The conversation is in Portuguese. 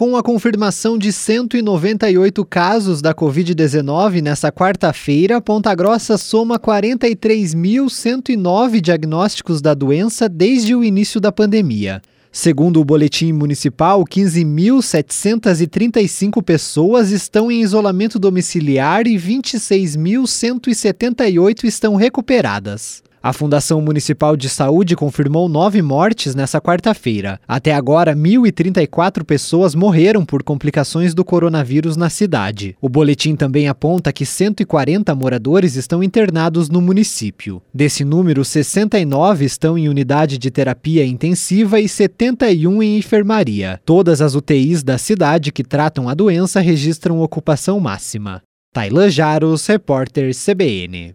Com a confirmação de 198 casos da Covid-19 nesta quarta-feira, Ponta Grossa soma 43.109 diagnósticos da doença desde o início da pandemia. Segundo o boletim municipal, 15.735 pessoas estão em isolamento domiciliar e 26.178 estão recuperadas. A Fundação Municipal de Saúde confirmou 9 mortes nesta quarta-feira. Até agora, 1.034 pessoas morreram por complicações do coronavírus na cidade. O boletim também aponta que 140 moradores estão internados no município. Desse número, 69 estão em unidade de terapia intensiva e 71 em enfermaria. Todas as UTIs da cidade que tratam a doença registram ocupação máxima. Tailan Jaros, repórter CBN.